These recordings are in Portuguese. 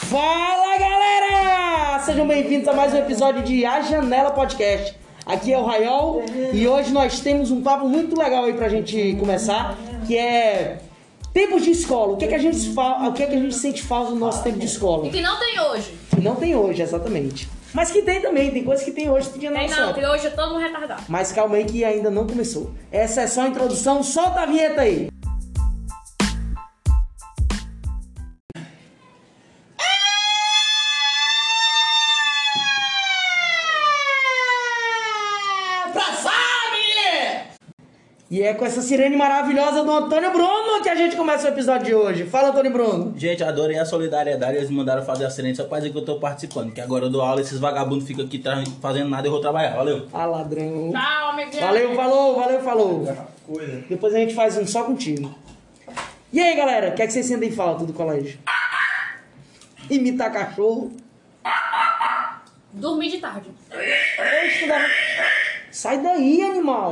Fala, galera! Sejam bem-vindos a mais um episódio de A Janela Podcast. Aqui é o Raiol e hoje nós temos um papo muito legal aí pra gente começar, que é tempos de escola. O que é que a gente sente falta do nosso tempo de escola? E que não tem hoje. Que não tem hoje, exatamente. Mas que tem também, tem coisas que tem hoje que podia não. Tem não, que hoje é todo mundo retardado. Mas calma aí que ainda não começou. Essa é só a introdução, solta a vinheta aí. E é com essa sirene maravilhosa do Antônio Bruno que a gente começa o episódio de hoje. Fala, Antônio Bruno. Gente, adorei a solidariedade. Eles me mandaram fazer a sirene só pra dizer que eu tô participando. Que agora eu dou aula, esses vagabundos ficam aqui fazendo nada, eu vou trabalhar. Valeu. Ah, ladrão. Tchau, amiguinho. Valeu, falou. Depois a gente faz um só contigo. E aí, galera, o que é que vocês sentem falta do colégio? Imitar cachorro. Dormir de tarde. Eu estudava... Sai daí, animal.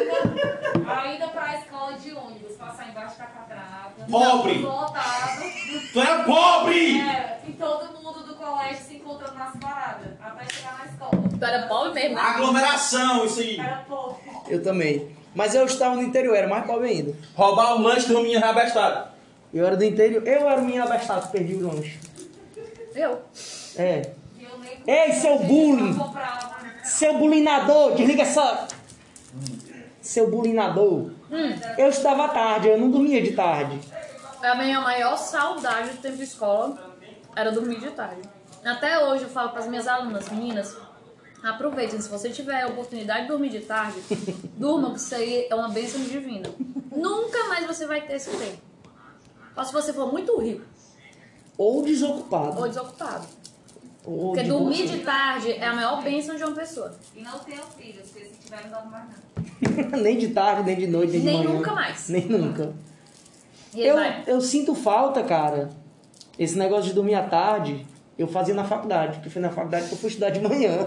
A ida pra escola de ônibus, passar embaixo da catrata. Pobre! Lotado. Tu é pobre! E todo mundo do colégio se encontrando nas paradas, até chegar na escola. Tu era pobre mesmo, né? Aglomeração, isso aí. Era pobre. Eu também. Mas eu estava no interior, era mais pobre ainda. Roubar o lanche do menino rabestado. Eu era do interior, eu era o menino abastado, perdi o lanche. Eu. É. E eu nem Ei, seu bullying! comprava. Seu bulinador, desliga essa... Seu bulinador. Eu estudava à tarde, eu não dormia de tarde. A minha maior saudade do tempo de escola era dormir de tarde. Até hoje eu falo pras minhas alunas, meninas, aproveitem, se você tiver a oportunidade de dormir de tarde, durma, porque isso aí é uma bênção divina. Nunca mais você vai ter esse tempo. Só se você for muito rico Ou desocupado. ou desocupado. Ou Porque de dormir bolsa. de tarde é a maior bênção de uma pessoa. E não tenham filhos, porque se tiver não dá mais nada. Nem de tarde, nem de noite, nem de Nem manhã. nunca mais. Nem nunca. E aí vai. Eu sinto falta, cara. Esse negócio de dormir à tarde, eu fazia na faculdade. Porque foi na faculdade que eu fui estudar de manhã.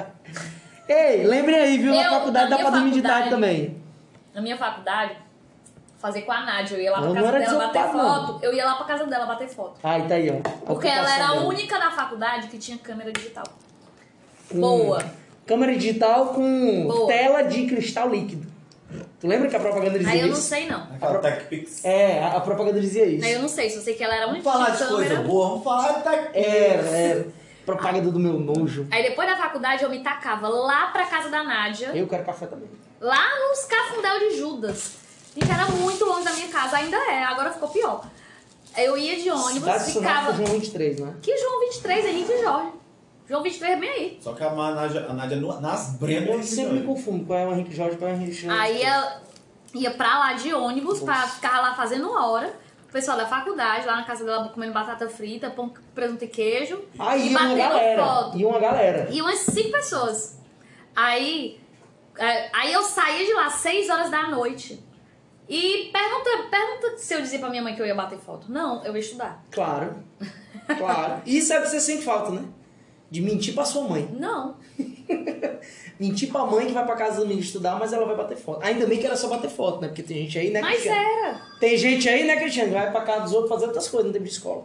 Ei, lembrem aí, viu? Na faculdade dá pra dormir de tarde também. Na minha faculdade, fazer com a Nádia. Eu ia lá pra Ela não casa era dela bater desocupado, foto. Eu ia lá pra casa dela bater foto. Aí tá aí, ó. Porque ela ocupação era a dela. única da faculdade que tinha câmera digital. Com Boa. Câmera digital com Boa. tela de cristal líquido. Tu lembra que a propaganda dizia Aí eu não isso? sei, não. Aquela TechPix. É, a propaganda dizia isso. Aí eu não sei, só sei que ela era a Vamos única falar que de tinha coisa câmera. boa, vamos falar de TechPix. Era. Propaganda do meu nojo. Aí depois da faculdade eu me tacava lá pra casa da Nádia, Eu quero café também. lá nos Cafundel de Judas. E que era muito longe da minha casa, ainda é, agora ficou pior. Eu ia de ônibus, Cidade Sonora ficava... João 23, né? Que João 23, Henrique e Jorge. João 23 é bem aí. Só que a Nádia nas bremas. Eu sempre me confundo qual é o Henrique Jorge e qual é o Henrique Jorge. Aí eu ia pra lá de ônibus, pra ficar lá fazendo hora. O pessoal da faculdade, lá na casa dela, comendo batata frita, pão, presunto e queijo. Aí e ia uma batendo galera. foto. E uma galera. E umas 5 pessoas. Aí eu saía de lá 6 horas da noite. E pergunta se eu dizia pra minha mãe que eu ia bater foto. Não, eu ia estudar. Claro. Claro. Isso é o que você sente falta, né? De mentir pra sua mãe. Não. Mentir pra mãe que vai pra casa do domingo estudar, mas ela vai bater foto. Ainda bem que era só bater foto, né? Porque tem gente aí, né, Mas Cristiano? era. Tem gente aí, né, Cristiano? Que vai pra casa dos outros fazer outras coisas no tempo de escola.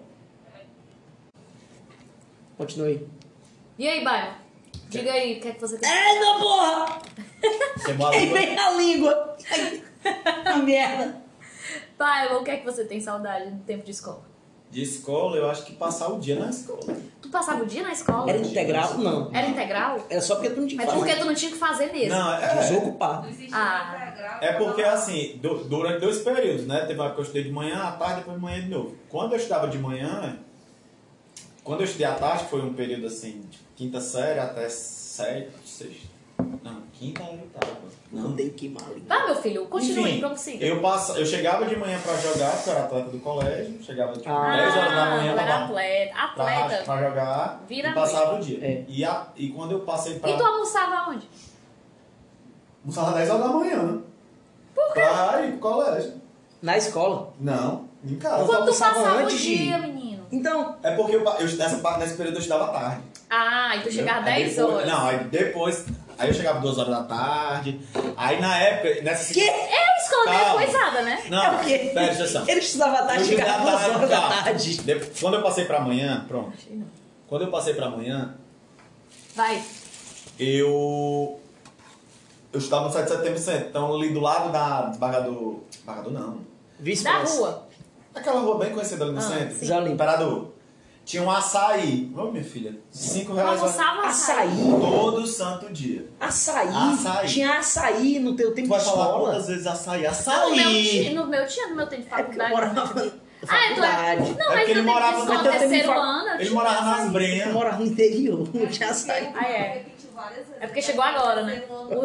Continue aí. E aí, Baio? Diga aí, o que é que você tem? Eita, porra! Você mora Queimei a língua! Ai, que merda! Baio, o que é que você tem saudade do tempo de escola? de escola, eu acho que passar o dia na escola. Tu passava o dia na escola? Era integral? Não. Era integral? Era só porque tu não tinha É que porque fazer. tu não tinha que fazer mesmo. Não, Desocupado. Não existe Ah. integral. é porque assim, durante 2 períodos, né? Teve uma época que eu estudei de manhã, à tarde, depois de manhã de novo. Quando eu estudava de manhã, quando eu estudei à tarde, foi um período assim, de quinta série até sexta. Não, quinta era oitava. Não dei que mal. Vai, meu filho, continue, Enfim, prossiga. eu chegava de manhã pra jogar, porque eu era atleta do colégio, chegava tipo, Ah, 10 horas da manhã tu era pra, atleta. Atleta. pra jogar Vira e passava o dia. É. E quando eu passei pra... E tu almoçava onde? Almoçava 10 horas da manhã. Por quê? Pra ir pro colégio. Na escola. Não, em casa. Mas Quando tu almoçava passava o antes de dia, ir. menino? Então, É porque nesse período eu estudava tarde. Ah, e tu chegava Aí 10 depois- horas. Não, aí depois... Aí eu chegava 2 horas da tarde. Aí na época... Nessa Que? Eu escola meio coisada, né? Não, É porque presta atenção. ele estudava à tarde, Eu chegava estudava 2 horas da tá. tarde. Quando eu passei pra manhã, pronto. Quando eu passei pra manhã, Vai. eu estava no 7 de setembro centro. Então ali do lado da desembargador. Desembargador não. Da rua. Aquela rua bem conhecida ali no centro. sim. Zé Olímpio. Imperador. Tinha um açaí. Ô, minha filha. R$5 Almoçava Açaí. todo santo dia. Açaí. Açaí. Tinha açaí no teu tempo Tu vai de falar escola. quantas vezes açaí? No Açaí! no meu tempo de É porque eu faculdade. morava na tu é... faculdade. Não, É mas porque ele no tempo morava de no escola, teu tempo de terceiro facu- ano. Ele tinha morava nas Eu brenhas. morava no interior, não tinha açaí. Ah, é. Repetiu várias vezes. É porque chegou agora, né?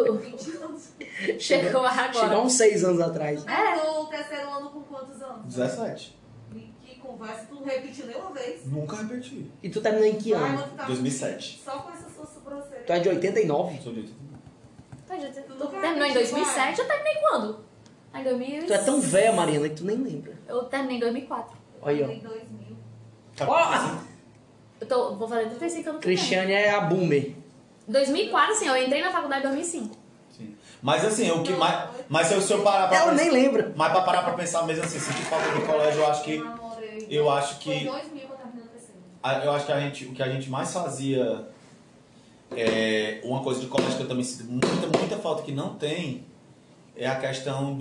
Chegou agora. Chegou uns 6 anos atrás. Terminou o terceiro ano com quantos anos? 17. Que conversa, tu não repetiu nenhuma vez. Nunca repeti. E tu terminou em que Ai, ano? mas tu tá 2007. Só com essa sua sobrancelha. Tu é de 89? Sou de 89. Tu terminou em 2007? Eu terminei quando? Em 2000. Tu é tão velha, Mariana, que tu nem lembra. Eu terminei em 2004. Olha, Em ó. 2000. Ó, Vou fazer 35 anos. Cristiane é a boomer. 2004, assim, eu entrei na faculdade em 2005. Sim. Mas assim, o que mais. Mas se eu parar pra Ela pensar. nem lembra. Mas pra parar pra pensar mesmo assim, sentir falta de colégio, eu acho que. namorei. Eu acho Foi que. 2000 que eu terminei o terceiro. Eu acho que o que a gente mais fazia. Uma coisa de colégio que eu também sinto muita falta que não tem é a questão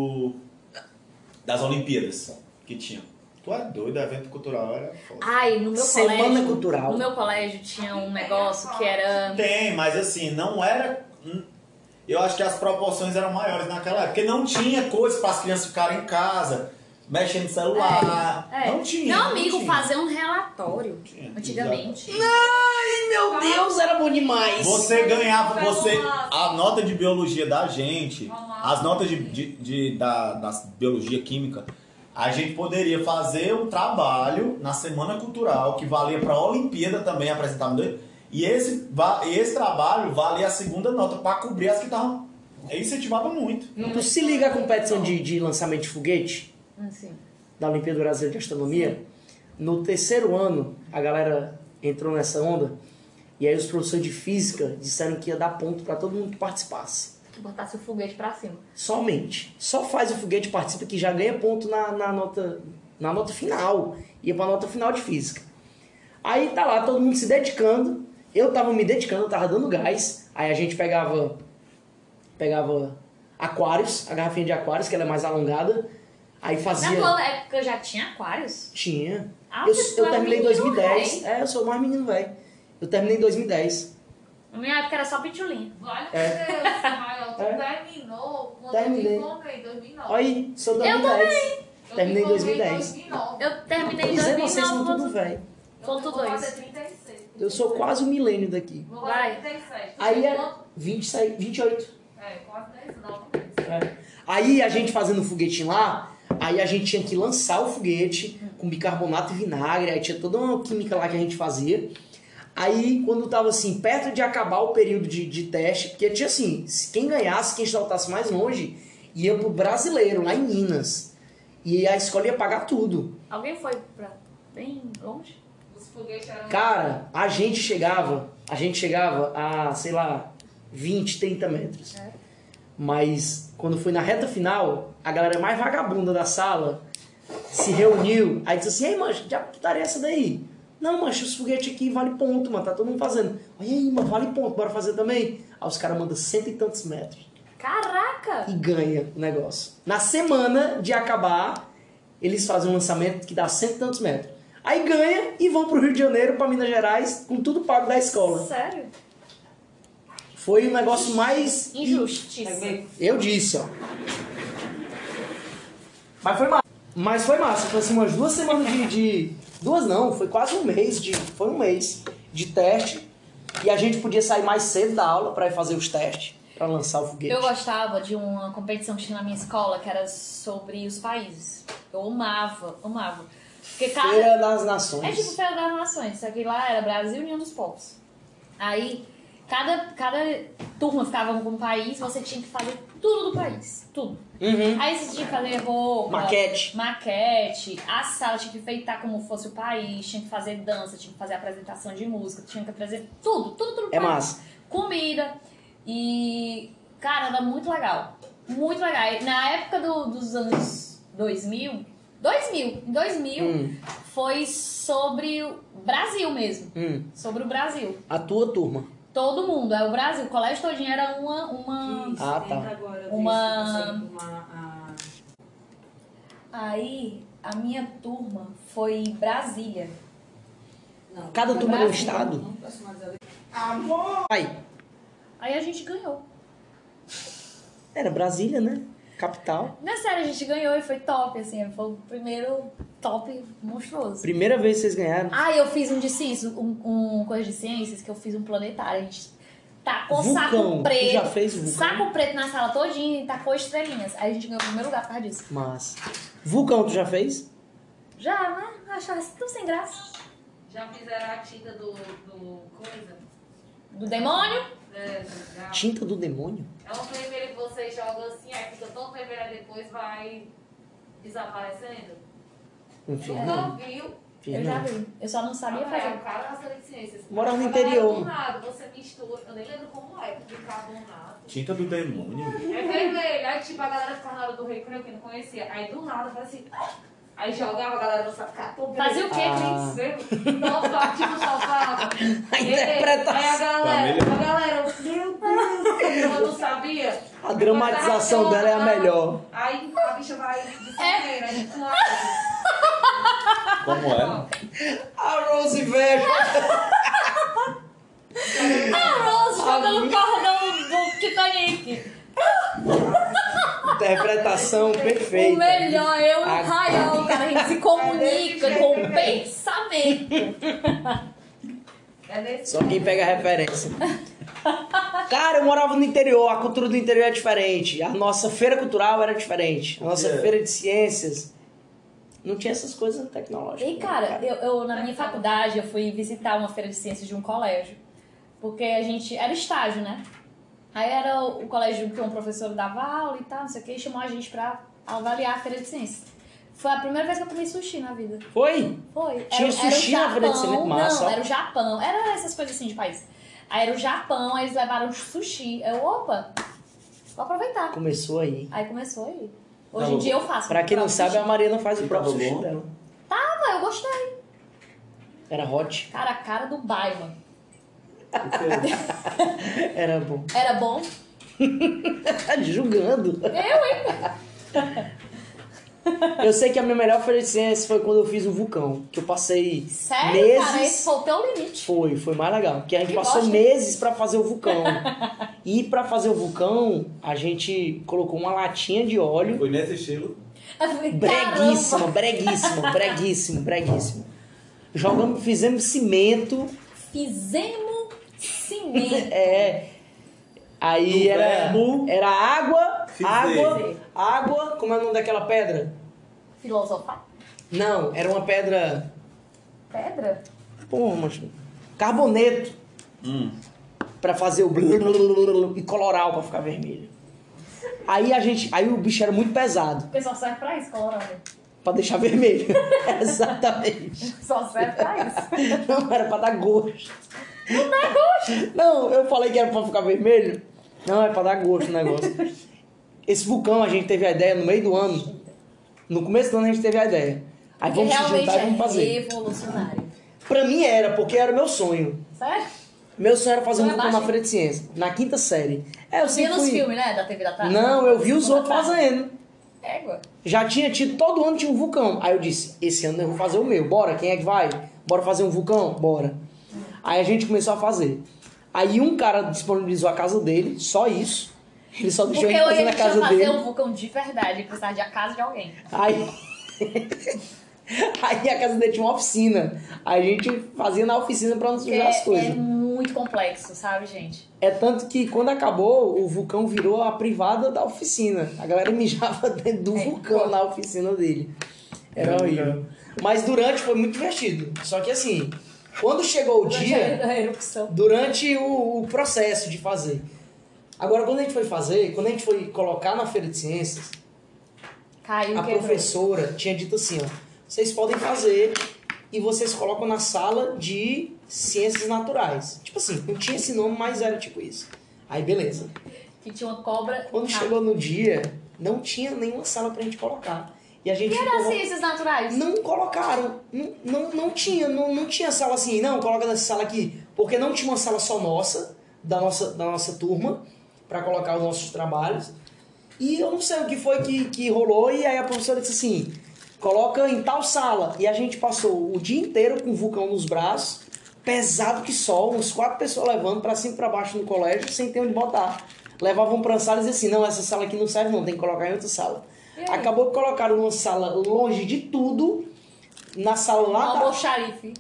das Olimpíadas que tinham. Tu é doido, evento cultural era foda. Ai, no meu Semana colégio. cultural. No meu colégio tinha um negócio que era. Tem, mas assim, não era. Eu acho que as proporções eram maiores naquela época. Porque não tinha coisa para as crianças ficarem em casa, mexendo no celular. Não tinha. Meu não amigo tinha. fazer um relatório Tinha, antigamente. Ai, meu Deus, era bom demais. Você ganhava, a nota de biologia da gente, as notas da biologia química, a gente poderia fazer um trabalho na Semana Cultural que valia para a Olimpíada também, apresentar e esse trabalho valia a segunda nota para cobrir as que estavam. Incentivava muito. Tu se liga à competição de lançamento de foguete Assim. da Olimpíada Brasileira de Astronomia? No terceiro ano, a galera entrou nessa onda e aí os professores de física disseram que ia dar ponto para todo mundo que participasse. Que botasse o foguete pra cima. Somente. Só faz o foguete participa que já ganha ponto na nota final. Ia pra nota final de física. Aí tá lá todo mundo se dedicando. Eu tava me dedicando, eu tava dando gás. Aí a gente pegava aquários, a garrafinha de aquários, que ela é mais alongada. Aí fazia... Na tua época já tinha aquários? Tinha. Ah, Eu você é terminei em menino 2010. Eu sou o mais menino velho. Eu terminei em 2010. Na minha época era só pitulinha. Vale por Deus, Rael, tu terminou quando Terminei. eu me formei em 2009. Olha aí, sou Eu 2010. Terminei em me formei 2010. 2009. Eu terminei em Pois é, vocês são 2009. tudo velho. Ponto Eu vou fazer 2. 36. Eu sou quase o milênio daqui. Vou Vai. fazer 37. Aí é Quanto? 28. Quase 19. É. Aí a gente fazendo o foguetinho lá, aí a gente tinha que lançar o foguete com bicarbonato e vinagre, aí tinha toda uma química lá que a gente fazia. Aí quando tava assim, perto de acabar o período de teste, porque tinha assim, quem ganhasse, quem saltasse mais longe, ia pro brasileiro, lá em Minas. E a escola ia pagar tudo. Alguém foi pra bem longe? Os foguetes eram... Cara, a gente chegava a, sei lá, 20, 30 metros. Mas quando foi na reta final, a galera mais vagabunda da sala se reuniu. Aí disse assim, ei, mancho, que putaria é essa daí? Não, mancho, os foguetes aqui vale ponto, mano, tá todo mundo fazendo. Olha aí, mano, vale ponto, bora fazer também. Aí os caras mandam 100 e tantos metros Caraca! e ganha o negócio. Na semana de acabar, eles fazem um lançamento que dá 100 e tantos metros. Aí ganha e vão pro Rio de Janeiro, pra Minas Gerais, com tudo pago da escola. Sério? Foi o negócio mais... Injustiça. Eu disse, ó. Mas foi massa. Foi assim umas 2 semanas de... Duas não, foi quase um mês Foi um mês de teste. E a gente podia sair mais cedo da aula pra ir fazer os testes, pra lançar o foguete. Eu gostava de uma competição que tinha na minha escola, que era sobre os países. Eu amava. Porque Feira das Nações. É tipo Feira das Nações, só que lá era Brasil e União dos Povos. Aí, cada turma ficava com um país, você tinha que fazer tudo do país. Tudo. Uhum. Aí você tinha que fazer roupa, Maquete. a sala tinha que enfeitar como fosse o país, tinha que fazer dança, tinha que fazer apresentação de música, tinha que trazer tudo do É país. massa. Comida. E, cara, era muito legal. muito legal. Na época dos anos 2000, foi sobre o Brasil mesmo. Sobre o Brasil. A tua turma. Todo mundo. O Brasil, o colégio todinho era uma... Isso, Ah, tá. entra agora, Uma- vê se consegue Aí, a minha turma foi Brasília. Não, Cada Foi turma de um Brasil. estado. não personalizado. Aí, Aí a gente ganhou. era Brasília, né? Capital. Na série, a gente ganhou e foi top, assim. Foi o primeiro top monstruoso. Primeira vez que vocês ganharam. Ah, eu fiz um de ciências, um coisa de ciências, que eu fiz um planetário. A gente tacou Vulcão. saco Tu preto. já fez vulcão? Saco preto na sala todinha e tacou estrelinhas. Aí a gente ganhou o primeiro lugar por causa disso. Mas. Vulcão, tu já fez? Já, né? Achava tão sem graça. Já fizeram a tinta do coisa? Do demônio? Já. Tinta do demônio? É uma vermelha que você joga assim, aí fica tão vermelha e depois vai desaparecendo. Enfim, Nunca não. viu? Eu já vi. Eu só não sabia É fazer. o cara da série de ciências. Morava no Agora, interior. do nada, você mistura, eu nem lembro como é, bicarbonato. Tinta do demônio. É vermelho, aí tipo a galera ficava na hora do recreio que não conhecia. Aí do nada faz assim. Aí jogava, a galera não sabe ficar todo Fazia o quê, Ah. Cris? Topava, tipo, topava. A interpretação. Aí a galera, meu Deus, eu não sabia. A dramatização dela é a melhor. Aí a bicha vai de primeira, a gente não Como é? A Rose velho. A Rose jogando o cordão do Titanic. Interpretação perfeita. O melhor, eu e o A- Rael, cara. A gente se comunica com o pensamento. É desse Só quem pega a referência. Cara, eu morava no interior, a cultura do interior é diferente. A nossa feira cultural era diferente. A nossa feira de ciências não tinha essas coisas tecnológicas. E, cara, eu na minha faculdade, eu fui visitar uma feira de ciências de um colégio. Porque a gente... Era estágio, né? Aí era o colégio que um professor dava aula e tal, não sei o que, e chamou a gente pra avaliar a feira de ciências. Foi a primeira vez que eu comi sushi na vida. Foi? Foi. Tinha sushi na feira de ciências? Massa. Não, era o Japão. Era essas coisas assim de país. Aí era o Japão, aí eles levaram sushi. Eu, opa, vou aproveitar. Começou aí. Aí começou aí. Hoje em dia eu faço. Pra quem não sabe, a Mariana faz o E próprio tava sushi bom? dela. Tava, eu gostei. Era hot. Cara, a cara do Baiman. Era bom. Era bom? Julgando. Eu, hein? Eu sei que a minha melhor feira de ciências foi quando eu fiz o vulcão. Que eu passei Sério, meses. cara? Esse foi o teu limite. Foi mais legal. Porque a gente Que passou bosta. meses pra fazer o vulcão. E pra fazer o vulcão, a gente colocou uma latinha de óleo. Foi nesse estilo. Eu falei, Breguíssimo, caramba. breguíssimo. Jogamos, fizemos cimento. Fizemos cimento. Aí Do era verbo água, fizer. água, como é o nome daquela pedra? Filosofar. Não, era uma pedra, Pedra? pô, macho, carboneto, pra fazer o e coloral pra ficar vermelho. Aí o bicho era muito pesado, Porque só serve pra isso, colorado. pra deixar vermelho. Exatamente. Só serve pra isso. Não, era pra dar gosto. Não dá gosto? Não, eu falei que era pra ficar vermelho. Não, é pra dar gosto o negócio. Esse vulcão a gente teve a ideia no meio do ano. No começo do ano a gente teve a ideia. Aí Porque vamos se realmente juntar e é vamos fazer. revolucionário. Pra mim era, porque era meu sonho. Sério? Meu sonho era fazer um Não é vulcão na baixo, Feira de Ciência. Na quinta série. Eu Via sempre nos fui... filmes, né? Da TV da tarde. Não, eu vi os Segunda outros tarde. fazendo. Égua. Já tinha tido, todo ano tinha um vulcão. Aí eu disse, esse ano eu vou fazer o meu. Bora, quem é que vai? Bora fazer um vulcão? Bora. Aí a gente começou a fazer. Aí um cara disponibilizou a casa dele, só isso. Ele só deixou Porque a gente hoje fazer a na gente ia casa fazer dele. um vulcão de verdade, precisar de a casa de alguém. Aí... Aí a casa dele tinha uma oficina. Aí a gente fazia na oficina pra não sujar as É coisas. muito complexo, sabe, gente? É tanto que quando acabou, o vulcão virou a privada da oficina. A galera mijava dentro do vulcão na oficina dele. Era horrível. Mas durante foi muito divertido. Só que assim, quando chegou o dia, A erupção. durante o processo de fazer. Agora, quando a gente foi fazer, quando a gente foi colocar na Feira de Ciências, Caiu, a quebrou. professora tinha dito assim, ó, vocês podem fazer e vocês colocam na sala de ciências naturais. Tipo assim, não tinha esse nome, mas era tipo isso. Aí beleza. que tinha uma cobra. Quando chegou no dia, não tinha nenhuma sala pra gente colocar. E a gente E era ciências naturais? não colocaram. Não tinha sala assim, não, coloca nessa sala aqui. Porque não tinha uma sala só nossa, da nossa turma, pra colocar os nossos trabalhos. E eu não sei o que foi que rolou, e aí a professora disse assim, coloca em tal sala. E a gente passou o dia inteiro com o vulcão nos braços, pesado que só, uns 4 pessoas levando pra cima e pra baixo no colégio, sem ter onde botar. Levavam pra uma sala e diziam assim, não, essa sala aqui não serve não, tem que colocar em outra sala. Acabou que colocaram numa sala longe de tudo, na sala lá Almoxarife.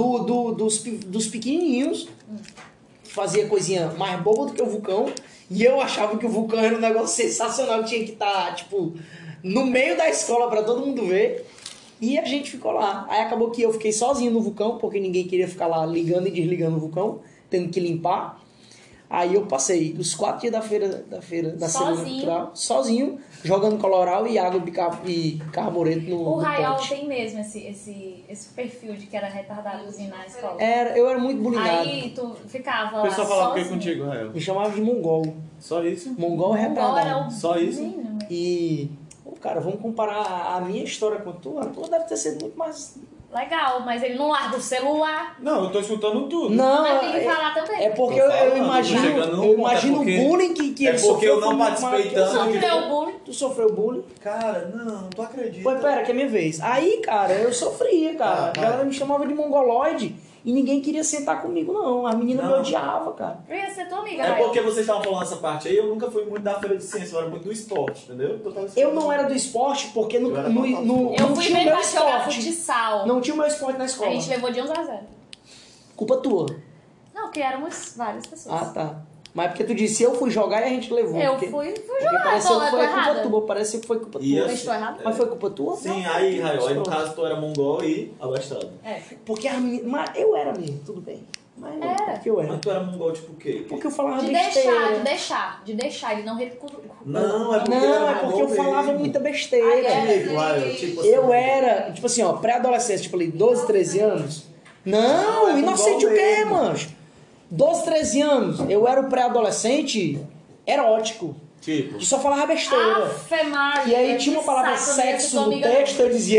dos pequenininhos, fazia coisinha mais boba do que o vulcão, e eu achava que o vulcão era um negócio sensacional, que tinha que estar, tipo, no meio da escola pra todo mundo ver, e a gente ficou lá. Aí acabou que eu fiquei sozinho no vulcão, porque ninguém queria ficar lá ligando e desligando o vulcão, tendo que limpar. Aí eu passei os 4 dias da feira da Semana Cultural, sozinho, jogando coloral e água e carbureto no O Raiol pote. tem mesmo esse perfil de que era retardadozinho na escola. Eu era muito bulinado. Aí tu ficava O lá pessoal falava o que sozinho. contigo, Rael? Me chamava de mongol. Só isso? Mongol Igual era retardado. o Só isso? menino. E, cara, vamos comparar a minha história com a tua. A tua deve ter sido muito mais... Legal, mas ele não larga o celular. Não, eu tô escutando tudo. Não, Mas tem que falar também. é porque Tô eu falando, tô imagino, chegando no eu ponto, imagino é porque- o bullying que é ele porque sofreu. eu não foi muito participei maior que tanto. eu. Sofreu bullying. Tu sofreu bullying? Cara, não tu acredita. Pois pera, que é minha vez. Aí, cara, eu sofria, cara. A galera me chamava de mongoloide e ninguém queria sentar comigo, não. A menina me Não. odiava, cara. Eu ia ser tua amiga, É Raiol. porque vocês estavam falando essa parte aí, eu nunca fui muito da feira de ciência, eu era muito do esporte, entendeu? Eu não era do esporte porque Eu era não Eu fui tinha o bem meu pra jogar esporte. futsal. Não tinha o meu esporte na A escola. gente levou de 11-0. Culpa tua. Não, que éramos várias pessoas. Ah, tá. Mas porque tu disse, eu fui jogar e a gente levou. Eu porque, fui porque jogar, pareceu tô que foi culpa errada. tua. Pareceu que foi culpa E tua. Eu estou errada? Mas foi culpa tua? Sim, Não, aí, Raio, aí no pronto. caso tu era mongol e abastrado. É. Porque a menina... Mas eu era mesmo, tudo bem. Mas Era. porque eu era. Mas tu era mongol tipo o quê? Porque eu falava De besteira. deixar, ele não recusou. Não, é porque Não, era é porque eu mongol falava mesmo. muita besteira. Ai, é. Tipo, Raio, tipo assim, Eu era, tipo assim, ó, pré-adolescente, tipo ali, 12, 13 anos. Não, é inocente o mongol quê, mesmo. mancho? 12, 13 anos, eu era o pré-adolescente erótico, Tipo, que só falava besteira. Afe Maria, E aí tinha uma que palavra saco, eu não ia ser sexo tua no amiga, texto, eu dizia,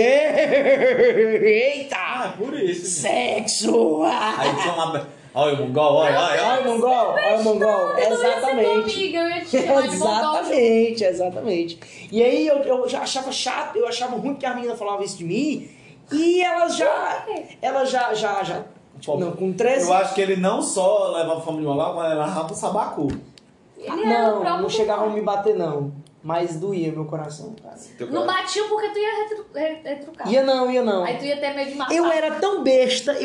eita, é por isso. gente. sexo. Aí tinha uma... Olha o mongol, olha. Olha o mongol, olha o mongol, Eu não ia ser tua exatamente. amiga, eu ia te chamar de mongol. Exatamente. E aí eu já achava chato, eu achava ruim que a menina falava isso de mim, e ela já Pô, não, com 13... Eu acho que ele não só levava fama de mongol, mas levava pro sabacu. Ele era o Não, próprio não chegava a mongol. me bater não, mas doía meu coração, cara. Não batia porque tu ia retrucar. Ia não. Aí tu ia ter medo de matar. Eu era tão besta,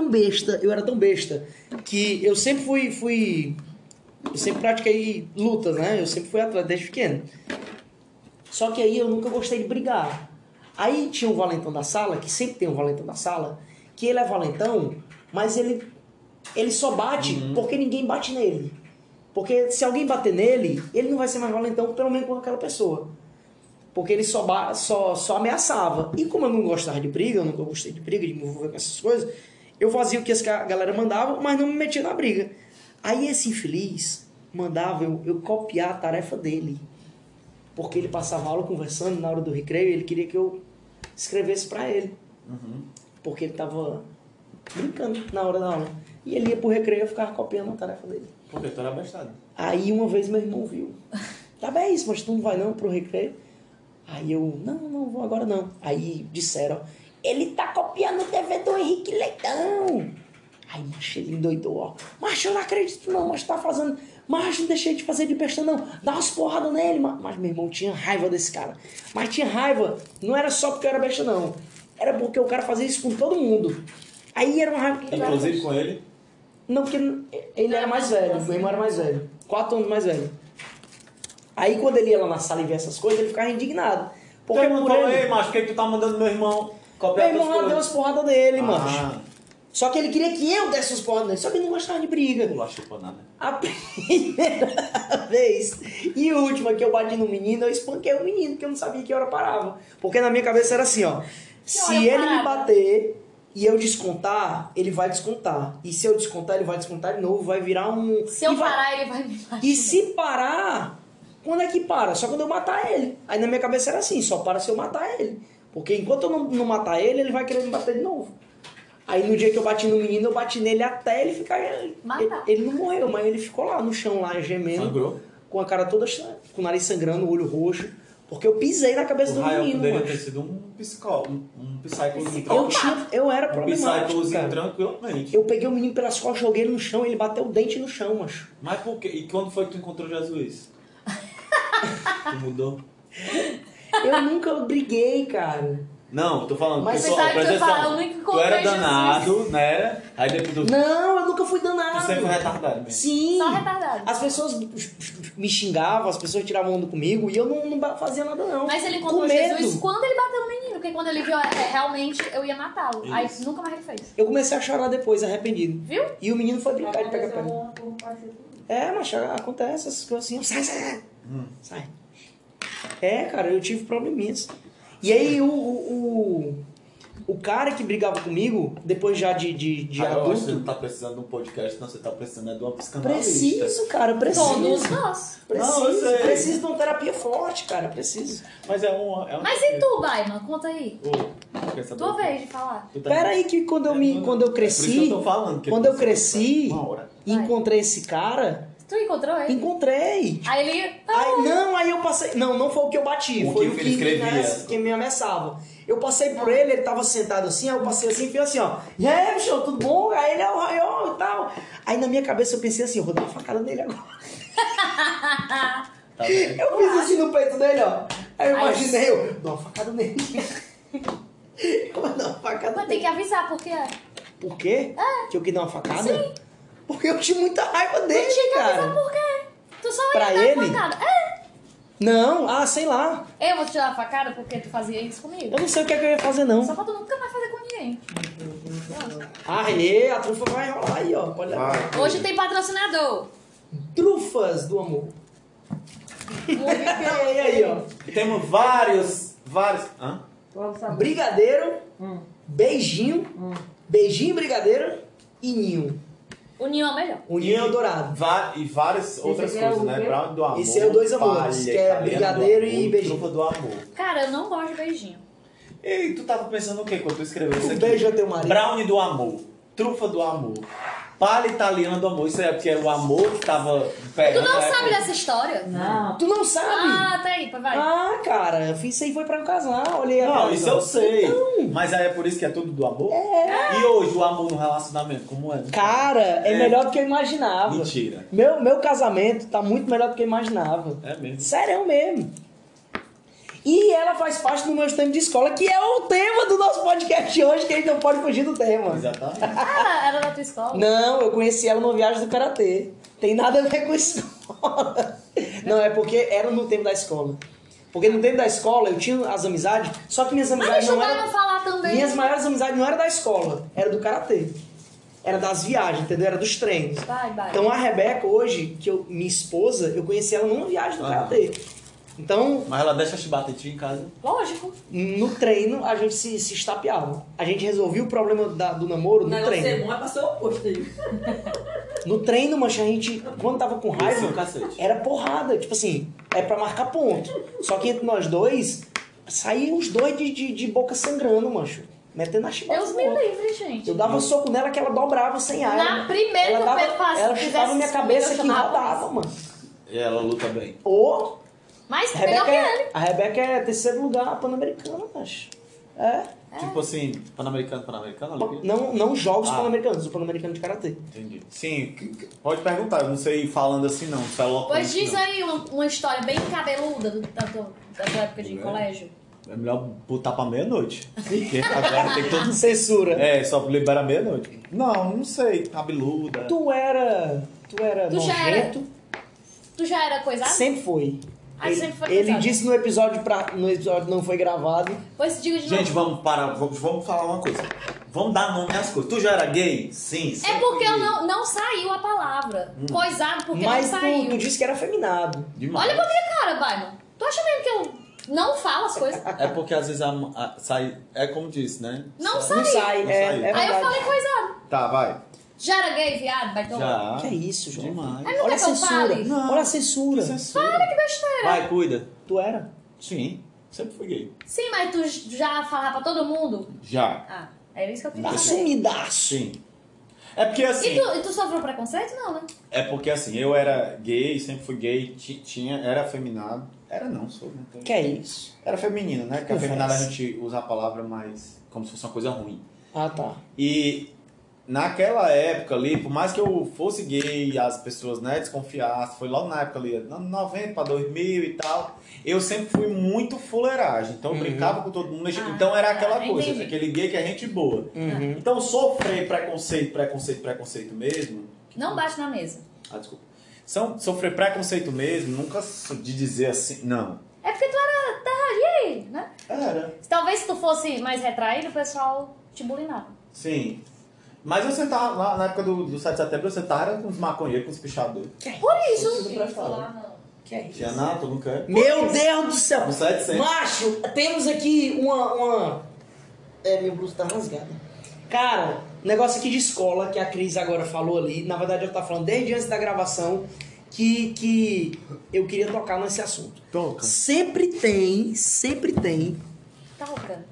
que eu sempre eu sempre pratiquei lutas, né? Eu sempre fui atleta desde pequeno. Só que aí eu nunca gostei de brigar. Aí tinha um valentão da sala, que sempre tem um valentão da sala, que ele é valentão, mas ele só bate porque ninguém bate nele. Porque se alguém bater nele, ele não vai ser mais valentão, pelo menos com aquela pessoa. Porque ele só ameaçava. E como eu não gostava de briga, eu nunca gostei de briga, de me envolver com essas coisas, eu fazia o que a galera mandava, mas não me metia na briga. Aí esse infeliz mandava eu copiar a tarefa dele. Porque ele passava aula conversando na hora do recreio e ele queria que eu escrevesse pra ele. Porque ele tava brincando na hora da aula. E ele ia pro recreio e eu ficava copiando a tarefa dele. Porque tu era abastado. Aí uma vez meu irmão viu. Tá bem isso, mas tu não vai não pro recreio? Aí eu, não vou agora não. Aí disseram, ele tá copiando o TV do Henrique Leitão. Aí, macho, ele endoidou, ó. Macho, eu não acredito não, mas tá fazendo... Macho, não deixei de fazer de besta não. Dá umas porradas nele. Mas meu irmão tinha raiva desse cara. Mas tinha raiva, não era só porque eu era besta não. Era porque o cara fazia isso com todo mundo. Aí era uma raiva... Inclusive com ele. Não, porque ele era mais velho, meu irmão era mais velho. 4 anos mais velho. Aí quando ele ia lá na sala e via essas coisas, ele ficava indignado. Porque Teu irmão por falou, ele... ei, macho, por que tu tá mandando meu irmão Meu copiar irmão tuas lá deu umas coisas? porradas dele, mano. Ah, Só que ele queria que eu desse umas porradas nele. Só que ele não gostava de briga. não achou pra nada. A primeira vez e última que eu bati no menino, eu espanquei o menino, porque eu não sabia que hora parava. Porque na minha cabeça era assim, ó. Se hora ele me parava? bater, e eu descontar, ele vai descontar. E se eu descontar, ele vai descontar de novo, vai virar um... Se eu e vai- parar, ele vai me bater. E se parar, quando é que para? Só quando eu matar ele. Aí na minha cabeça era assim, só para se eu matar ele. Porque enquanto eu não matar ele, ele vai querer me bater de novo. Aí no dia que eu bati no menino, eu bati nele até ele ficar... Matar. Ele não morreu, mas ele ficou lá no chão, lá gemendo. Sangrou? Com a cara toda... Com o nariz sangrando, o olho roxo. Porque eu pisei na cabeça O do Rael menino, poderia mano. ter sido um psicólogo, um psychozinho Eu era um problemático, psychozinho cara. tranquilamente. Eu peguei o menino pelas costas, joguei ele no chão, ele bateu o dente no chão, macho. Mas por quê? E quando foi que tu encontrou Jesus? Tu mudou? Eu nunca briguei, cara. Não, tô falando, Mas pessoal, pensava que presta tu fala, atenção. eu nunca Tu encontrei era Jesus. danado, né? Aí depois tu... Não, eu nunca fui danado. Tu sempre foi retardado mesmo. Sim. Só retardado. As pessoas me xingavam, as pessoas tiravam onda comigo e eu não fazia nada não. Mas ele Com encontrou medo. Jesus quando ele bateu no menino, porque quando ele viu, realmente eu ia matá-lo. Aí nunca mais ele fez. Eu comecei a chorar depois, arrependido. Viu? E o menino foi brincar de pegar pega. Um parceiro. É, mas acontece essas coisas assim. Sai. Sai. É, cara, eu tive probleminhas. E aí o cara que brigava comigo, depois já de Eu acho que você adulto... não tá precisando de um podcast, não. Você tá precisando de uma psicanalista. Preciso, cara, preciso. Todos nós. Não, eu sei. Preciso de uma terapia forte, cara, preciso. Mas é um... Mas e tu, Baima? Conta aí. Quer saber Tua o quê? vez de falar. Tu tá- Pera aí que quando eu É por isso cresci, que eu tô falando, que quando eu você- cresci Uma hora. e encontrei esse cara, Tu encontrou ele? encontrei. Aí ele... Aí eu passei, não foi o que eu bati, O foi que o ele escrevia. que me ameaçava. Eu passei por ele tava sentado assim, aí eu passei assim e fiz assim, ó. E aí, bicho, tudo bom? Aí ele é o Rayon e tal. Aí na minha cabeça eu pensei assim, eu vou dar uma facada nele agora. Tá vendo? Eu fiz assim no peito dele, ó. Aí eu Aí- imaginei, eu dou uma facada nele. Eu vou dar uma facada Mas tem que nele. avisar, porque... Por quê? Que eu quis dar uma facada? Sim. Porque eu tinha muita raiva dele, Tu tinha que avisar cara. por quê? Tu só ia Pra dar ele? facada. Não, sei lá. Eu vou te dar uma facada porque tu fazia isso comigo. Eu não sei o que é que eu ia fazer, não. Só pra tu nunca mais fazer com ninguém. A trufa vai rolar aí, ó. Pode levar. Hoje tem patrocinador. Trufas do amor. E aí, ó. Temos vários... Hã? Qual o sabor? Brigadeiro, beijinho, beijinho brigadeiro e ninho. O ninho é o melhor. O ninho é o dourado. E várias outras aqui é coisas, o né? quê? Brown do amor. Esse é o dois amores, palha, que é italiano brigadeiro do amor, e beijinho. Trufa do amor. Cara, eu não gosto de beijinho. E tu tava pensando o quê quando tu escreveu isso Um aqui? beijo a teu marido. Brownie do amor. Trufa do amor. Palha italiana do amor. Isso é porque era o amor que tava Tu pegando. não na sabe época. dessa história? Não. Tu não sabe? Ah, tá aí, vai. Cara, isso aí foi pra um casal, olhei Não, atrás, isso ó. eu sei. Então. Mas aí é por isso que é tudo do amor? É. E hoje o amor no relacionamento, como é? Cara, é melhor do que eu imaginava. Mentira. Meu casamento tá muito melhor do que eu imaginava. É mesmo. Sério mesmo. E ela faz parte do meu tempo de escola, que é o tema do nosso podcast hoje, que a gente não pode fugir do tema. Exatamente. Ah, era da tua escola? Não, eu conheci ela numa viagem do Karatê. Tem nada a ver com escola. Não, é porque era no tempo da escola. Porque no tempo da escola eu tinha as amizades, só que minhas Mas amizades deixa o não Baima eram... falar também. Minhas maiores amizades não eram da escola, era do Karatê. Era das viagens, entendeu? Era dos treinos. Vai. Então a Rebeca hoje, minha esposa, eu conheci ela numa viagem do Karatê. Então, Mas ela deixa chibatetinha em casa. Lógico. no treino, a gente se estapeava. A gente resolvia o problema do namoro O no negócio é treino. bom, é pra ser o oposto aí. No treino, mancha, a gente, quando tava com Esse é raiva, o cacete. era porrada. Tipo assim, é pra marcar ponto. Só que entre nós dois, saíam os dois de boca sangrando, mancho. Metendo a chibata. Deus me livre, gente. Eu dava soco nela que ela dobrava sem ar. Na primeira que o Pedro ela chutava minha cabeça que rodava, mano. E ela luta bem. Ô, Mas a melhor que ele. Rebeca é terceiro lugar pan-americano, macho. É. Tipo assim, Pan-Americano, Olimpíada? Não jogos Ah. pan-americanos, o pan-americano de karatê. Entendi. Sim, pode perguntar, eu não sei falando assim não. Isso é louco. Pois diz aí uma história bem cabeluda da tua época de É. colégio. É melhor botar pra meia-noite. Porque agora tem todo... Censura. É, só libera meia-noite. Não sei. Cabeluda. Tu era Tu já era- nojento? Tu já era coisado? Sempre foi. Ah, Ele, sempre foi ele coisado. disse no episódio não foi gravado. Pois diga de Gente, novo. vamos parar. Vamos falar uma coisa. Vamos dar nome às coisas. Tu já era gay? Sim. É sempre porque fui eu gay. não saiu a palavra. Coisado porque Mas não saiu. tu disse que era afeminado. Demais. Olha pra minha cara, Baima. Tu acha mesmo que eu Não fala as coisas. É porque às vezes sai. É como disse, né? Não Não sai. sai, Não é sai. é Aí eu verdade. falei coisa. Tá, vai. Já era gay, viado? Vai tomar. Já. Que é isso, João? Demais. Mas não Olha a quer que eu censura. fale? Não. Olha a censura. Olha que besteira. Vai, cuida. Tu era? Sim, sempre fui gay. Sim, mas tu já falava pra todo mundo? Já. Ah, era isso que eu queria saber. Assumidaço. Sim. É porque assim. E tu sofreu preconceito? Não, né? É porque assim, eu era gay, sempre fui gay, era afeminado. Era não, sou, né? Que é isso? Era feminino, né? Porque Confesso. afeminado a gente usa a palavra mais como se fosse uma coisa ruim. Ah, tá. E naquela época ali, por mais que eu fosse gay, as pessoas, né, desconfiassem, foi logo na época ali, anos 90 para 2000 e tal, eu sempre fui muito fuleiragem. Então eu brincava com todo mundo. Então era aquela coisa, entendi. aquele gay que é gente boa. Uhum. Então sofrer preconceito mesmo. Não bate na mesa. Ah, desculpa. Sofrer preconceito mesmo, nunca de dizer assim, não. É porque tu era gay, né? Era. Talvez se tu fosse mais retraído, o pessoal te bulinava. Sim. Mas eu sentava lá na época do 7 de setembro, eu sentava com os maconheiros, com os pichadores. Por isso. Tudo prestava. Que é isso? Tinha nada, tu não quer? Meu Deus do céu! No 7 sempre. Macho, temos aqui uma... minha blusa tá rasgada. Cara, negócio aqui de escola, que a Cris agora falou ali. Na verdade, eu tava falando desde antes da gravação que eu queria tocar nesse assunto. Toca. Sempre tem Tá roncando.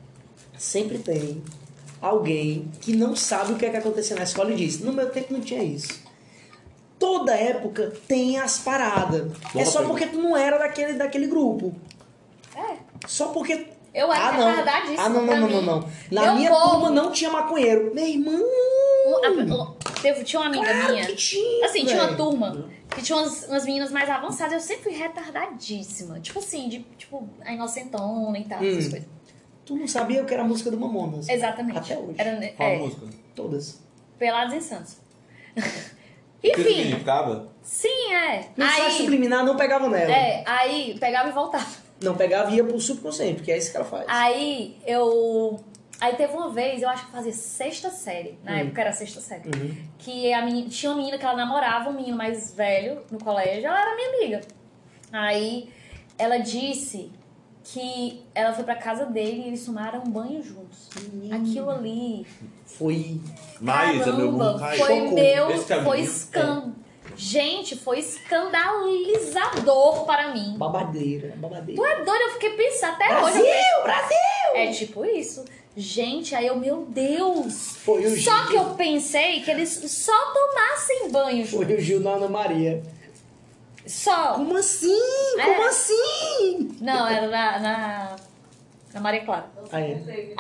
alguém que não sabe o que é que aconteceu na escola e diz: no meu tempo não tinha isso. Toda época tem as paradas. É só porque tu não era daquele grupo. É. Só porque... Eu era não. retardadíssima, Ah, não. pra mim. Na Meu minha povo- turma não tinha maconheiro. Meu irmão... Tinha uma amiga Claro minha. que tinha, Assim, tinha uma velho. turma que tinha umas meninas mais avançadas. Eu sempre fui retardadíssima. Tipo assim, a inocentona e tal, essas coisas. Tu não sabia o que era a música do Mamonas. Exatamente. Até hoje. Qual a música? Todas. Pelados em Santos. Enfim, significava? sim, é. Mensagem Aí, subliminar não pegava nela. aí pegava e voltava. Não pegava e ia pro subconsciente, porque é isso que ela faz. Aí teve uma vez, eu acho que eu fazia sexta série, na época era sexta série, que tinha uma menina que ela namorava, um menino mais velho no colégio, ela era minha amiga. Aí ela disse que ela foi pra casa dele e eles tomaram um banho juntos. Aquilo ali, Foi. Maísa, meu mundo caramba, caiu. Esse caminho. foi Gente, foi escandalizador para mim. Babadeira. Tu é doido? Eu fiquei pensando até hoje. Brasil! É tipo isso. Gente, aí meu Deus. Foi o Só Gil. que eu pensei que eles só tomassem banho juntos. Foi o Gil na Ana Maria. Só. Como assim? É. Como assim? Não, era na Maria Clara. Aí.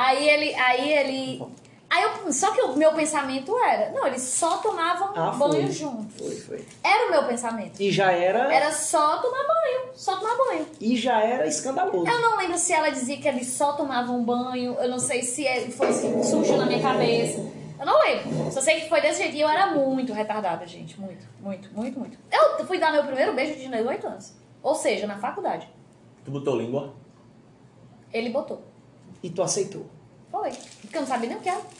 Só que o meu pensamento era, não, eles só tomavam banho foi. juntos. Foi. Era o meu pensamento. E já era... Era só tomar banho. E já era escandaloso. Eu não lembro se ela dizia que eles só tomavam banho, eu não sei se foi assim, surgiu na minha cabeça. Eu não lembro. Só sei que foi desse jeito. E eu era muito retardada, gente. Muito. Eu fui dar meu primeiro beijo de 18 anos. Ou seja, na faculdade. Tu botou língua? Ele botou. E tu aceitou. Foi. Porque eu não sabia nem o que era.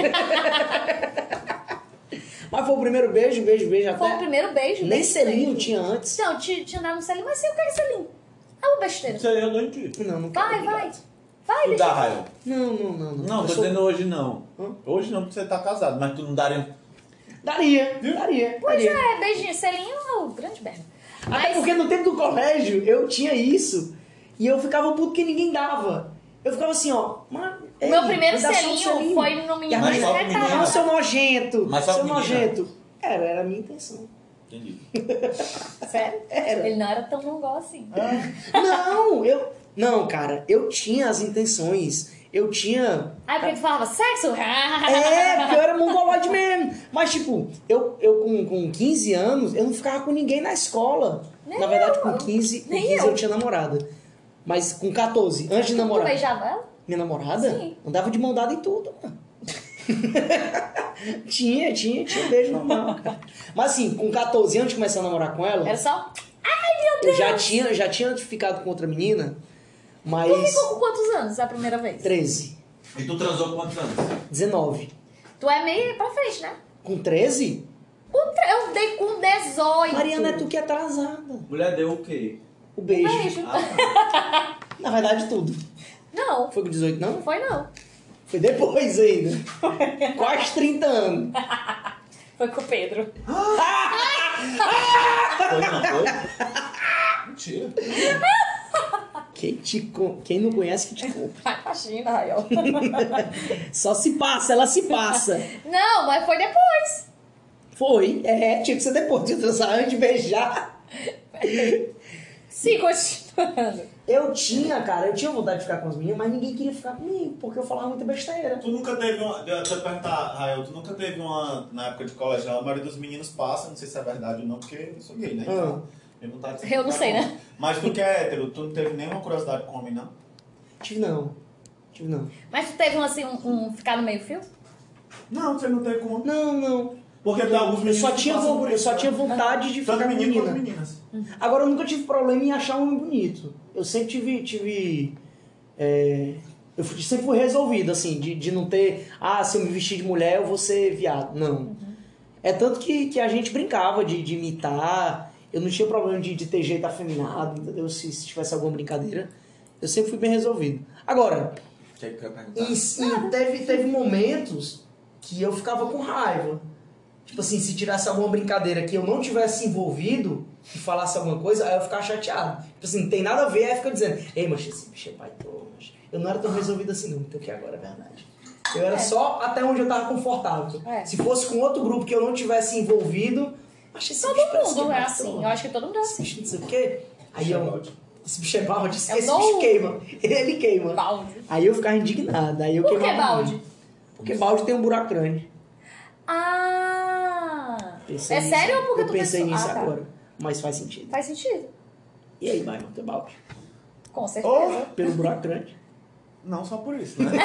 Mas foi o primeiro beijo até... Foi o primeiro beijo. Nem beijo, selinho beijo. tinha antes. Não, tinha dado um selinho. Mas sei o que é selinho. É uma besteira. Isso aí eu não entendi. Não quero. Vai. obrigado. Vai, Tu deixa. dá raiva? Não. Não, Eu tô sou- dizendo hoje não. Hã? Hoje não, porque você tá casado, mas tu não daria. Daria. Pois é, beijinho, selinho é o grande berro. Até porque no tempo do colégio eu tinha isso. E eu ficava puto que ninguém dava. Eu ficava assim, ó. O meu primeiro selinho foi no E a menino Mas mais só pro menino. Ah, retardado. seu nojento. Mas só seu menina. nojento. Era a minha intenção. Entendi. Sério? Era. Ele não era tão mongol assim. Não, cara, eu tinha as intenções. Eu tinha. Aí porque tu falava sexo? Porque eu era mongoloide mesmo. Mas, tipo, eu com 15 anos, eu não ficava com ninguém na escola. Nem Na verdade, eu. com 15 Nem eu eu. tinha namorada. Mas com 14, antes de Tu namorar. beijava ela? Minha namorada? Sim. Andava de mão dada em tudo, mano. tinha beijo normal, cara. Mas assim, com 14 anos de começar a namorar com ela, Era só... eu já tinha ficado com outra menina, mas... Tu ficou com quantos anos a primeira vez? 13, E tu transou quantos anos? 19. Tu é meio pra frente, né? Com 13? Eu dei com 18. Mariana, é tu que é atrasada. Mulher deu o quê? O beijo. Beijo. Na verdade, tudo. Não, Foi com 18, não? não foi não. Foi depois ainda. Quase 30 anos. Foi com o Pedro. Foi, não foi? Mentira. Quem não conhece que te compra. Vai pra China, Rael. Só se passa, ela se passa. Não, mas foi depois. Foi, tinha que ser depois de transar antes de beijar. Sim, continuando. Eu tinha vontade de ficar com as meninas, mas ninguém queria ficar comigo, porque eu falava muita besteira. Tu nunca teve uma. Deixa eu perguntar, Rael, tu nunca teve uma. Na época de colégio, a maioria dos meninos passa, não sei se é verdade ou não, porque eu sou gay, né? Então, minha vontade de Eu não sei, ficar né? com- Mas tu que é hétero, tu não teve nenhuma curiosidade com homem, não? Tive não. Mas tu teve um ficar no meio fio? Não, você não teve com homem. Não. Porque tem alguns Eu meninos só que tinha, passam por eu isso, só né? tinha vontade de Tanto ficar com menino menina. quanto meninas. Agora, eu nunca tive problema em achar um homem bonito. Eu sempre tive eu sempre fui resolvido, assim, de não ter... se eu me vestir de mulher, eu vou ser viado. Não. É tanto que a gente brincava de imitar. Eu não tinha problema de ter jeito afeminado, entendeu? Se tivesse alguma brincadeira. Eu sempre fui bem resolvido. Agora, O que é que eu ia perguntar? teve momentos que eu ficava com raiva. Tipo assim, se tirasse alguma brincadeira que eu não tivesse envolvido e falasse alguma coisa, aí eu ficava chateado. Tipo assim, não tem nada a ver, aí fica dizendo, ei, mas esse bicho é baitola. Eu não era tão resolvido assim não, então que agora é verdade. Eu era só até onde eu tava confortável. É. Se fosse com outro grupo que eu não tivesse envolvido, achei esse bicho Todo parece mundo que é baitola. assim. Eu acho que todo mundo é Esse assim. bicho não sei o quê. Aí eu... Esse bicho é balde, esse bicho não- queima. Ele queima. Balde. Aí eu ficava indignado. Aí eu Por que queimava balde? muito. Porque balde tem um buraco grande. Pensei É nisso. sério ou porque eu tu pensei pensou? nisso Ah, tá. agora. Mas faz sentido. Faz sentido. E aí, vai manter balde? Com certeza. Pelo buraco grande. Não só por isso, né?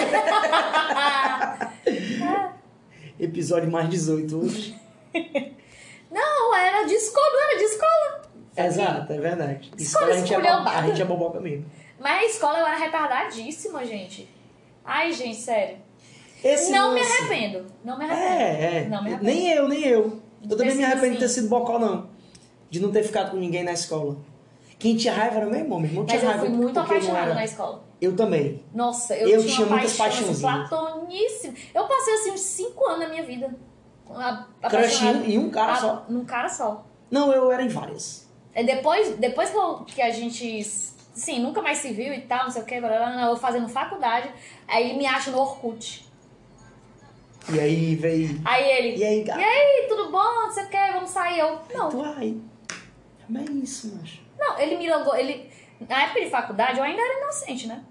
Episódio mais 18 hoje. Não, era de escola, não era de escola. Exato, é verdade. Escola a gente esculhambada. a gente é boboca mesmo. Mas na escola eu era retardadíssima, gente. Ai, gente, sério. Esse Não me lance- arrependo. Não me arrependo. Não me arrependo. Nem eu. Eu também sido me arrependo de ter assim. sido bocó, não. De não ter ficado com ninguém na escola. Quem tinha raiva era meu irmão. Meu irmão tinha Mas eu raiva fui muito porque eu não apaixonada era. na escola. Eu também. Nossa, Eu eu tinha tinha uma muitas paixão assim, paixãozinhas. platoníssima. Eu passei assim uns 5 anos da minha vida. Crush em um cara só? Num cara só. Não, eu era em várias. Depois que a gente, sim, nunca mais se viu e tal, não sei o que, eu fazendo faculdade, aí ele me acha no Orkut. E aí veio... Aí ele, E aí, gata? e aí, tudo bom, não sei o que, vamos sair. Eu, não, Tu ai. Mas é isso, macho. não, ele me logou, na época de faculdade eu ainda era inocente, né?